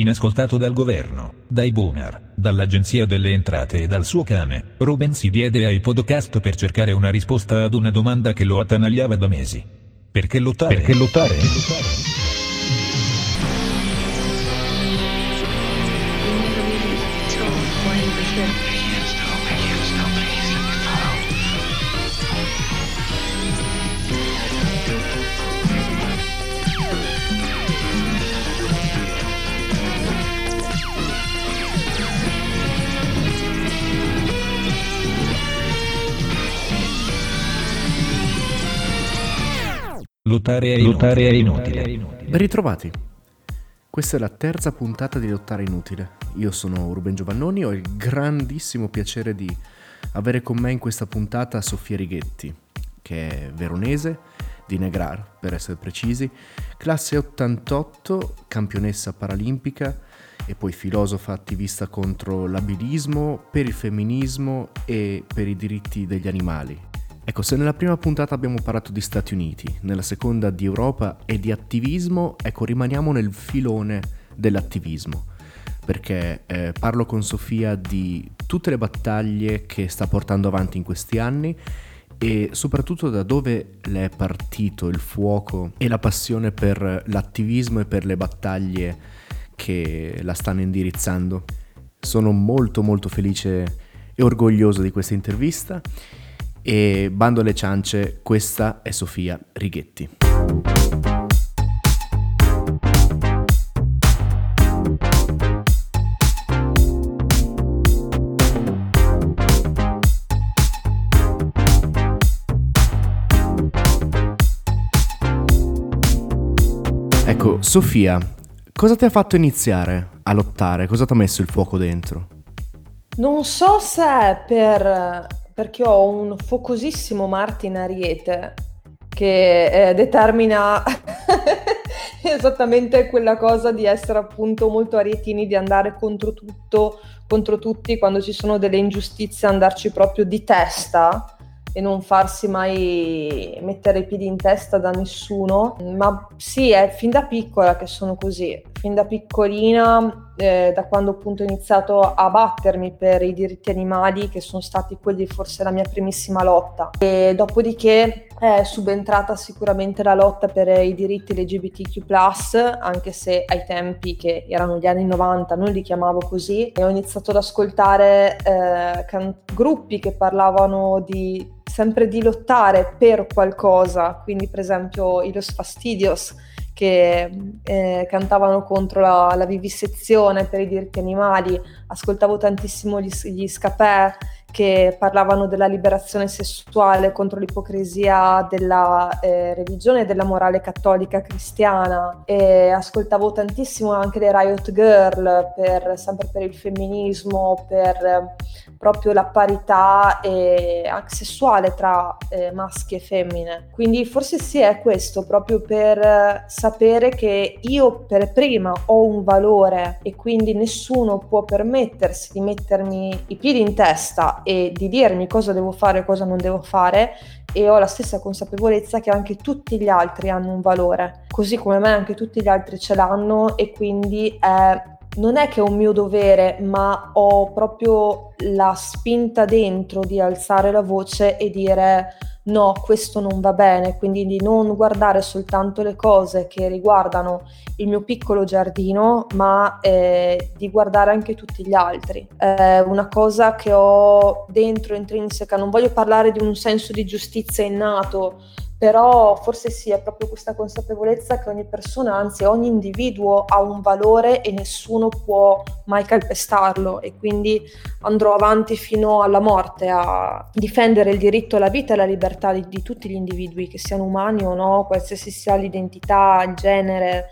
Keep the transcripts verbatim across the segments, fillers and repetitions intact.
inascoltato dal governo, dai boomer, dall'agenzia delle entrate e dal suo cane, Ruben si diede ai podcast per cercare una risposta ad una domanda che lo attanagliava da mesi. Perché lottare? Perché lottare? Perché lottare? Lottare è Lottare è inutile. inutile. Ben ritrovati. Questa è la terza puntata di Lottare Inutile. Io sono Ruben Giovannoni, ho il grandissimo piacere di avere con me in questa puntata Sofia Righetti, che è veronese, di Negrar per essere precisi, classe ottantotto, campionessa paralimpica e poi filosofa attivista contro l'abilismo, per il femminismo e per i diritti degli animali. Ecco, se nella prima puntata abbiamo parlato di Stati Uniti, nella seconda di Europa e di attivismo, ecco, rimaniamo nel filone dell'attivismo, perché eh, parlo con Sofia di tutte le battaglie che sta portando avanti in questi anni e soprattutto da dove le è partito il fuoco e la passione per l'attivismo e per le battaglie che la stanno indirizzando. Sono molto molto felice e orgoglioso di questa intervista. E bando alle ciance, questa è Sofia Righetti. Ecco, Sofia, cosa ti ha fatto iniziare a lottare? Cosa ti ha messo il fuoco dentro? Non so se è per... perché ho un focosissimo Marte in Ariete che eh, determina esattamente quella cosa di essere appunto molto arietini, di andare contro tutto, contro tutti, quando ci sono delle ingiustizie andarci proprio di testa e non farsi mai mettere i piedi in testa da nessuno. Ma sì, è fin da piccola che sono così, fin da piccolina, eh, da quando appunto ho iniziato a battermi per i diritti animali, che sono stati quelli forse la mia primissima lotta. E dopodiché è subentrata sicuramente la lotta per i diritti L G B T Q plus, anche se ai tempi, che erano gli anni novanta, non li chiamavo così, e ho iniziato ad ascoltare eh, can- gruppi che parlavano di sempre di lottare per qualcosa, quindi per esempio i Los Fastidios, che eh, cantavano contro la, la vivisezione, per i diritti animali. Ascoltavo tantissimo gli, gli Scapè, che parlavano della liberazione sessuale, contro l'ipocrisia della eh, religione e della morale cattolica cristiana. E ascoltavo tantissimo anche le Riot Girl, per, sempre per il femminismo, per eh, proprio la parità e anche sessuale tra eh, maschi e femmine. Quindi forse sì, è questo, proprio per eh, sapere che io per prima ho un valore e quindi nessuno può permettersi di mettermi i piedi in testa e di dirmi cosa devo fare e cosa non devo fare, e ho la stessa consapevolezza che anche tutti gli altri hanno un valore, così come me anche tutti gli altri ce l'hanno, e quindi è, non è che è un mio dovere, ma ho proprio la spinta dentro di alzare la voce e dire no, questo non va bene, quindi di non guardare soltanto le cose che riguardano il mio piccolo giardino, ma eh, di guardare anche tutti gli altri. È una cosa che ho dentro, intrinseca. Non voglio parlare di un senso di giustizia innato, però forse sì, è proprio questa consapevolezza che ogni persona, anzi ogni individuo, ha un valore e nessuno può mai calpestarlo, e quindi andrò avanti fino alla morte a difendere il diritto alla vita e alla libertà di, di tutti gli individui, che siano umani o no, qualsiasi sia l'identità, il genere,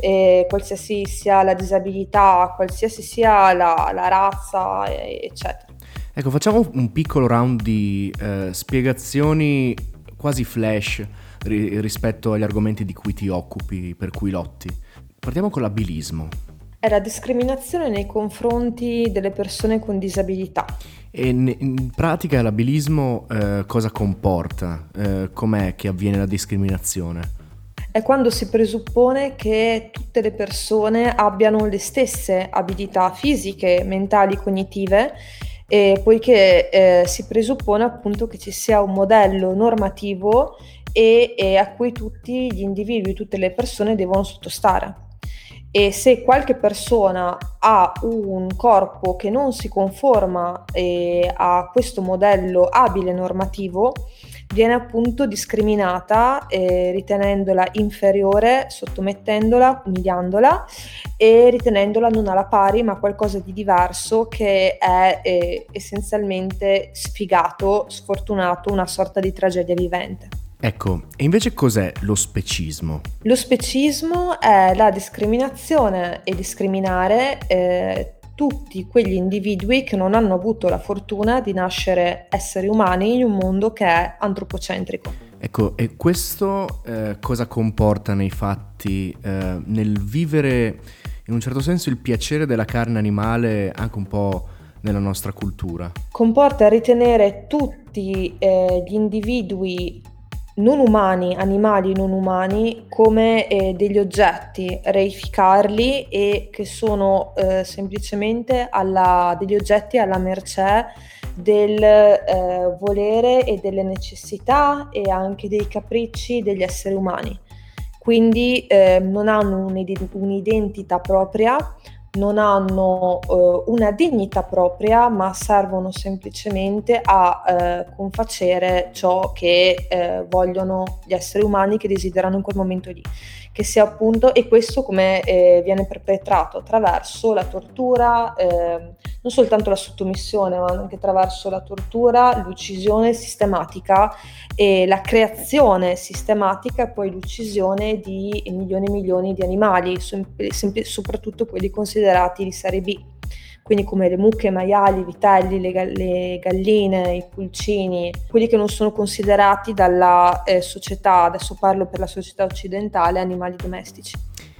e qualsiasi sia la disabilità, qualsiasi sia la, la razza, eccetera. Ecco, facciamo un piccolo round di eh, spiegazioni quasi flash ri- rispetto agli argomenti di cui ti occupi, per cui lotti. Partiamo con l'abilismo. È la discriminazione nei confronti delle persone con disabilità. E in, in pratica l'abilismo eh, cosa comporta? Eh, com'è che avviene la discriminazione? è quando si presuppone che tutte le persone abbiano le stesse abilità fisiche, mentali, cognitive, e poiché eh, si presuppone appunto che ci sia un modello normativo e, e a cui tutti gli individui, tutte le persone devono sottostare. E se qualche persona ha un corpo che non si conforma eh, a questo modello abile normativo, viene appunto discriminata, eh, ritenendola inferiore, sottomettendola, umiliandola e ritenendola non alla pari, ma qualcosa di diverso che è eh, essenzialmente sfigato, sfortunato, una sorta di tragedia vivente. Ecco, e invece cos'è lo specismo? Lo specismo è la discriminazione e discriminare eh, tutti quegli individui che non hanno avuto la fortuna di nascere esseri umani in un mondo che è antropocentrico. Ecco, e questo eh, cosa comporta nei fatti eh, nel vivere in un certo senso il piacere della carne animale anche un po' nella nostra cultura? Comporta ritenere tutti eh, gli individui non umani, animali non umani, come eh, degli oggetti, reificarli e che sono eh, semplicemente alla, degli oggetti alla mercé del eh, volere e delle necessità e anche dei capricci degli esseri umani. Quindi eh, non hanno un'id- un'identità propria, non hanno eh, una dignità propria, ma servono semplicemente a eh, confacere ciò che eh, vogliono gli esseri umani, che desiderano in quel momento lì, che sia appunto, e questo come eh, viene perpetrato attraverso la tortura, eh, non soltanto la sottomissione, ma anche attraverso la tortura, l'uccisione sistematica e la creazione sistematica e poi l'uccisione di milioni e milioni di animali, soprattutto quelli considerati di serie B, quindi come le mucche, i maiali, i vitelli, le, le galline, i pulcini, quelli che non sono considerati dalla eh, società, adesso parlo per la società occidentale, animali domestici.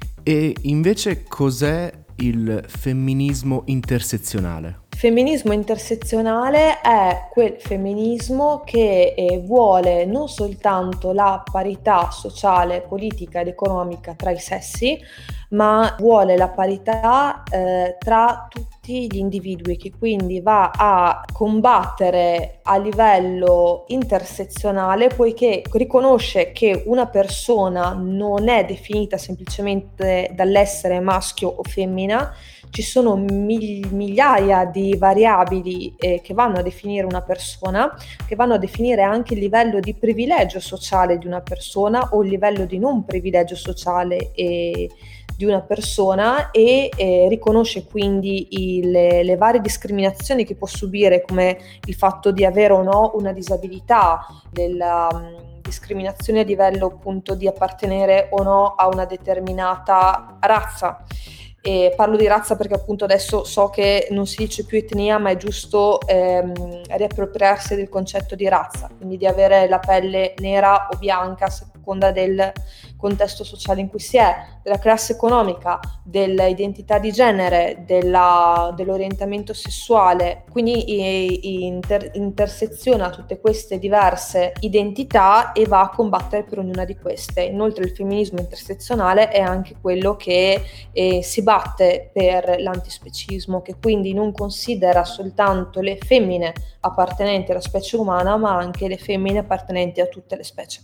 E invece cos'è il femminismo intersezionale? Femminismo intersezionale è quel femminismo che eh, vuole non soltanto la parità sociale, politica ed economica tra i sessi, ma vuole la parità eh, tra tutti gli individui, che quindi va a combattere a livello intersezionale, poiché riconosce che una persona non è definita semplicemente dall'essere maschio o femmina. Ci sono mil- migliaia di variabili eh, che vanno a definire una persona, che vanno a definire anche il livello di privilegio sociale di una persona o il livello di non privilegio sociale eh, di una persona, e eh, riconosce quindi il, le, le varie discriminazioni che può subire, come il fatto di avere o no una disabilità, della um, discriminazione a livello appunto di appartenere o no a una determinata razza. E parlo di razza perché appunto adesso so che non si dice più etnia, ma è giusto ehm, riappropriarsi del concetto di razza, quindi di avere la pelle nera o bianca a seconda del contesto sociale in cui si è, della classe economica, dell'identità di genere, della, dell'orientamento sessuale, quindi inter, interseziona tutte queste diverse identità e va a combattere per ognuna di queste. Inoltre il femminismo intersezionale è anche quello che eh, si batte per l'antispecismo, che quindi non considera soltanto le femmine appartenenti alla specie umana, ma anche le femmine appartenenti a tutte le specie.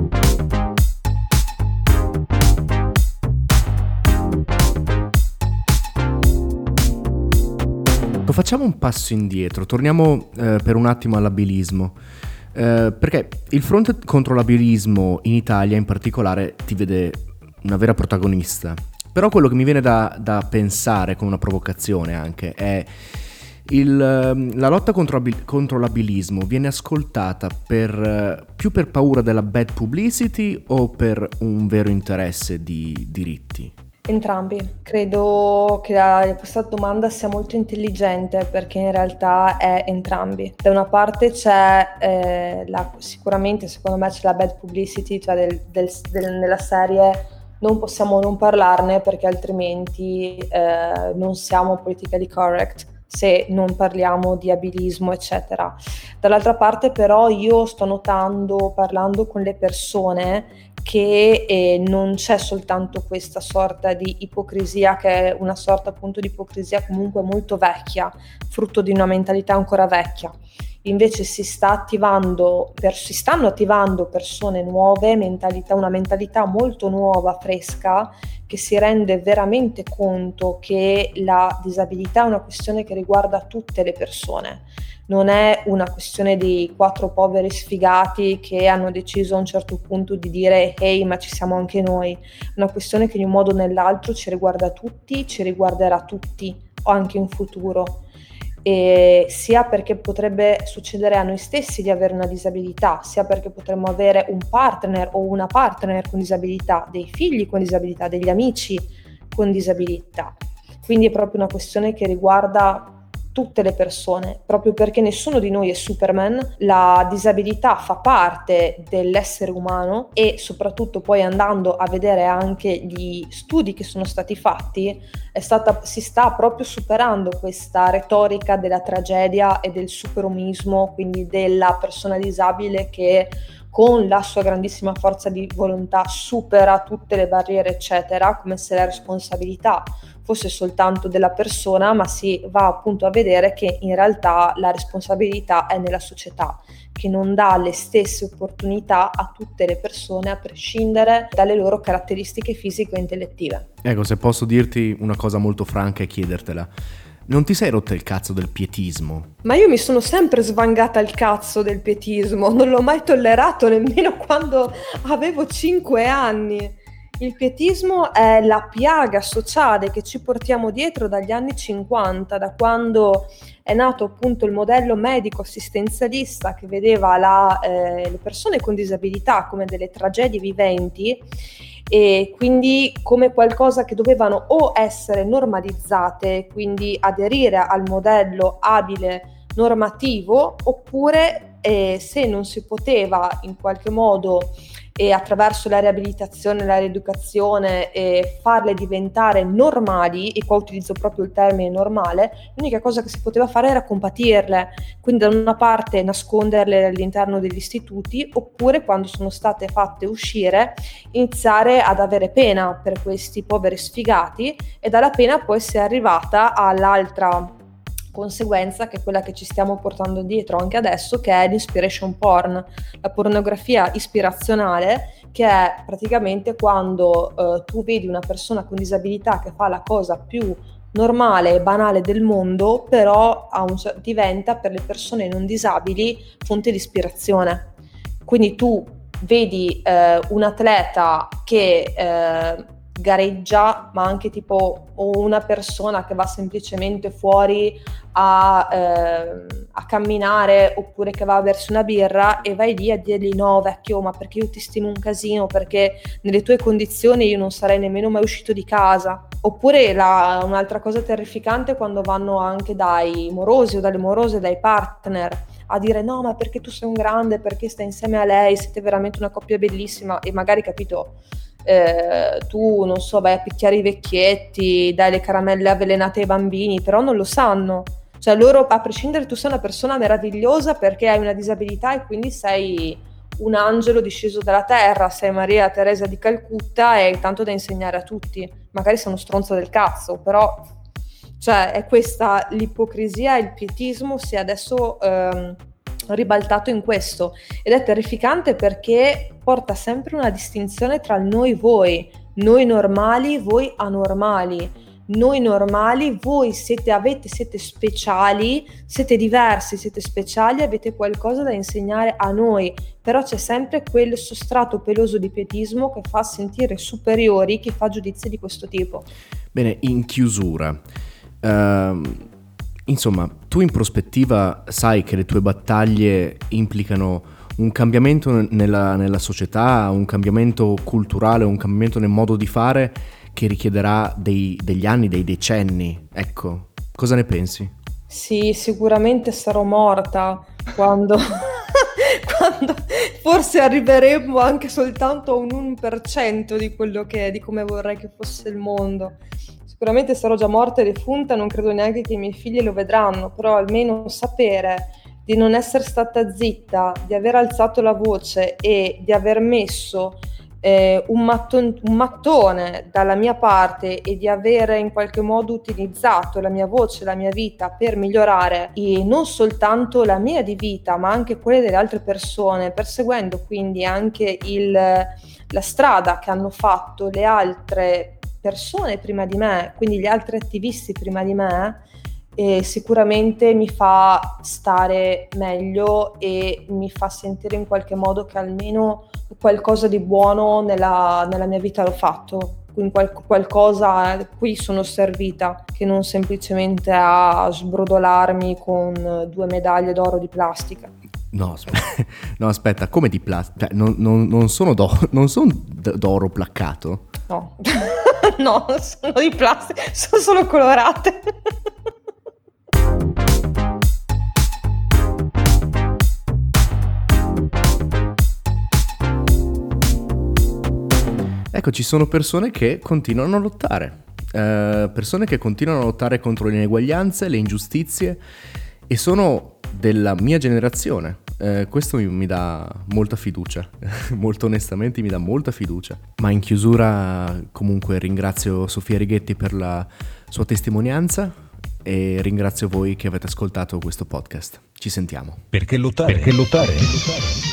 Facciamo un passo indietro, torniamo eh, per un attimo all'abilismo, eh, perché il fronte contro l'abilismo in Italia in particolare ti vede una vera protagonista. Però quello che mi viene da, da pensare, con una provocazione anche, è il, la lotta contro, contro l'abilismo viene ascoltata per, più per paura della bad publicity o per un vero interesse di diritti? Entrambi. Credo che la, questa domanda sia molto intelligente, perché in realtà è entrambi. Da una parte c'è eh, la, sicuramente secondo me c'è la bad publicity, cioè del, del, del, nella serie non possiamo non parlarne perché altrimenti eh, non siamo politically correct se non parliamo di abilismo eccetera. Dall'altra parte però io sto notando, parlando con le persone, che eh, non c'è soltanto questa sorta di ipocrisia, che è una sorta appunto di ipocrisia comunque molto vecchia, frutto di una mentalità ancora vecchia. Invece si sta attivando, per, si stanno attivando persone nuove, mentalità, una mentalità molto nuova, fresca, che si rende veramente conto che la disabilità è una questione che riguarda tutte le persone. Non è una questione di quattro poveri sfigati che hanno deciso a un certo punto di dire ehi, ma ci siamo anche noi. È una questione che in un modo o nell'altro ci riguarda tutti, ci riguarderà tutti, o anche in futuro. E sia perché potrebbe succedere a noi stessi di avere una disabilità, sia perché potremmo avere un partner o una partner con disabilità, dei figli con disabilità, degli amici con disabilità. Quindi è proprio una questione che riguarda tutte le persone, proprio perché nessuno di noi è Superman. La disabilità fa parte dell'essere umano e soprattutto poi andando a vedere anche gli studi che sono stati fatti, è stata, si sta proprio superando questa retorica della tragedia e del superumismo, quindi della persona disabile che con la sua grandissima forza di volontà supera tutte le barriere eccetera, come se la responsabilità fosse soltanto della persona, ma si va appunto a vedere che in realtà la responsabilità è nella società, che non dà le stesse opportunità a tutte le persone a prescindere dalle loro caratteristiche fisiche e intellettive. Ecco, se posso dirti una cosa molto franca e chiedertela, non ti sei rotta il cazzo del pietismo? Ma io mi sono sempre svangata il cazzo del pietismo, non l'ho mai tollerato nemmeno quando avevo cinque anni. Il pietismo è la piaga sociale che ci portiamo dietro dagli anni cinquanta, da quando è nato appunto il modello medico assistenzialista che vedeva la, eh, le persone con disabilità come delle tragedie viventi e quindi come qualcosa che dovevano o essere normalizzate, quindi aderire al modello abile normativo, oppure eh, se non si poteva in qualche modo e attraverso la riabilitazione, la rieducazione e farle diventare normali, e qua utilizzo proprio il termine normale, l'unica cosa che si poteva fare era compatirle, quindi da una parte nasconderle all'interno degli istituti, oppure quando sono state fatte uscire iniziare ad avere pena per questi poveri sfigati, e dalla pena poi si è arrivata all'altra conseguenza, che è quella che ci stiamo portando dietro anche adesso, che è l'inspiration porn, la pornografia ispirazionale, che è praticamente quando eh, tu vedi una persona con disabilità che fa la cosa più normale e banale del mondo, però a un, diventa per le persone non disabili fonte di ispirazione. Quindi tu vedi eh, un atleta che eh, gareggia, ma anche tipo o una persona che va semplicemente fuori a, eh, a camminare, oppure che va a bersi una birra, e vai lì a dirgli no vecchio, ma perché io ti stimo un casino, perché nelle tue condizioni io non sarei nemmeno mai uscito di casa. Oppure la, un'altra cosa terrificante è quando vanno anche dai morosi o dalle morose, dai partner, a dire no ma perché tu sei un grande, perché stai insieme a lei, siete veramente una coppia bellissima, e magari capito Eh, tu non so vai a picchiare i vecchietti, dai le caramelle avvelenate ai bambini, però non lo sanno, cioè loro, a prescindere, tu sei una persona meravigliosa perché hai una disabilità e quindi sei un angelo disceso dalla terra, sei Maria Teresa di Calcutta e hai tanto da insegnare a tutti. Magari sei uno stronzo del cazzo, però cioè è questa l'ipocrisia e il pietismo si è adesso ehm, ribaltato in questo, ed è terrificante perché porta sempre una distinzione tra il noi voi, noi normali, voi anormali. Noi normali, voi siete, avete, siete speciali, siete diversi, siete speciali, avete qualcosa da insegnare a noi, però c'è sempre quel sostrato peloso di pietismo che fa sentire superiori chi fa giudizi di questo tipo. Bene, in chiusura, uh, insomma, tu in prospettiva sai che le tue battaglie implicano un cambiamento nella, nella società, un cambiamento culturale, un cambiamento nel modo di fare che richiederà dei, degli anni, dei decenni. Ecco, cosa ne pensi? Sì, sicuramente sarò morta quando, quando forse arriveremo anche soltanto a un uno per cento di quello che, di come vorrei che fosse il mondo. Sicuramente sarò già morta e defunta, non credo neanche che i miei figli lo vedranno, però almeno sapere di non essere stata zitta, di aver alzato la voce e di aver messo eh, un, matton- un mattone dalla mia parte e di avere in qualche modo utilizzato la mia voce, la mia vita per migliorare e non soltanto la mia di vita ma anche quelle delle altre persone, perseguendo quindi anche il, la strada che hanno fatto le altre persone prima di me, quindi gli altri attivisti prima di me, e sicuramente mi fa stare meglio e mi fa sentire in qualche modo che almeno qualcosa di buono nella, nella mia vita l'ho fatto, in qual- qualcosa qui sono servita, che non semplicemente a sbrodolarmi con due medaglie d'oro di plastica. No, asp- no aspetta, come di plastica? Cioè, non, non, non sono, do- non sono d- d'oro placcato? No, no, sono di plastica, sono solo colorate. Ecco, ci sono persone che continuano a lottare, eh, persone che continuano a lottare contro le ineguaglianze, le ingiustizie e sono della mia generazione. Eh, questo mi, mi dà molta fiducia, molto onestamente mi dà molta fiducia. Ma in chiusura comunque ringrazio Sofia Righetti per la sua testimonianza e ringrazio voi che avete ascoltato questo podcast. Ci sentiamo. Perché lottare? Perché lottare? Perché lottare?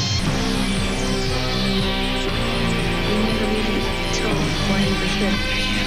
You never really told why you were here.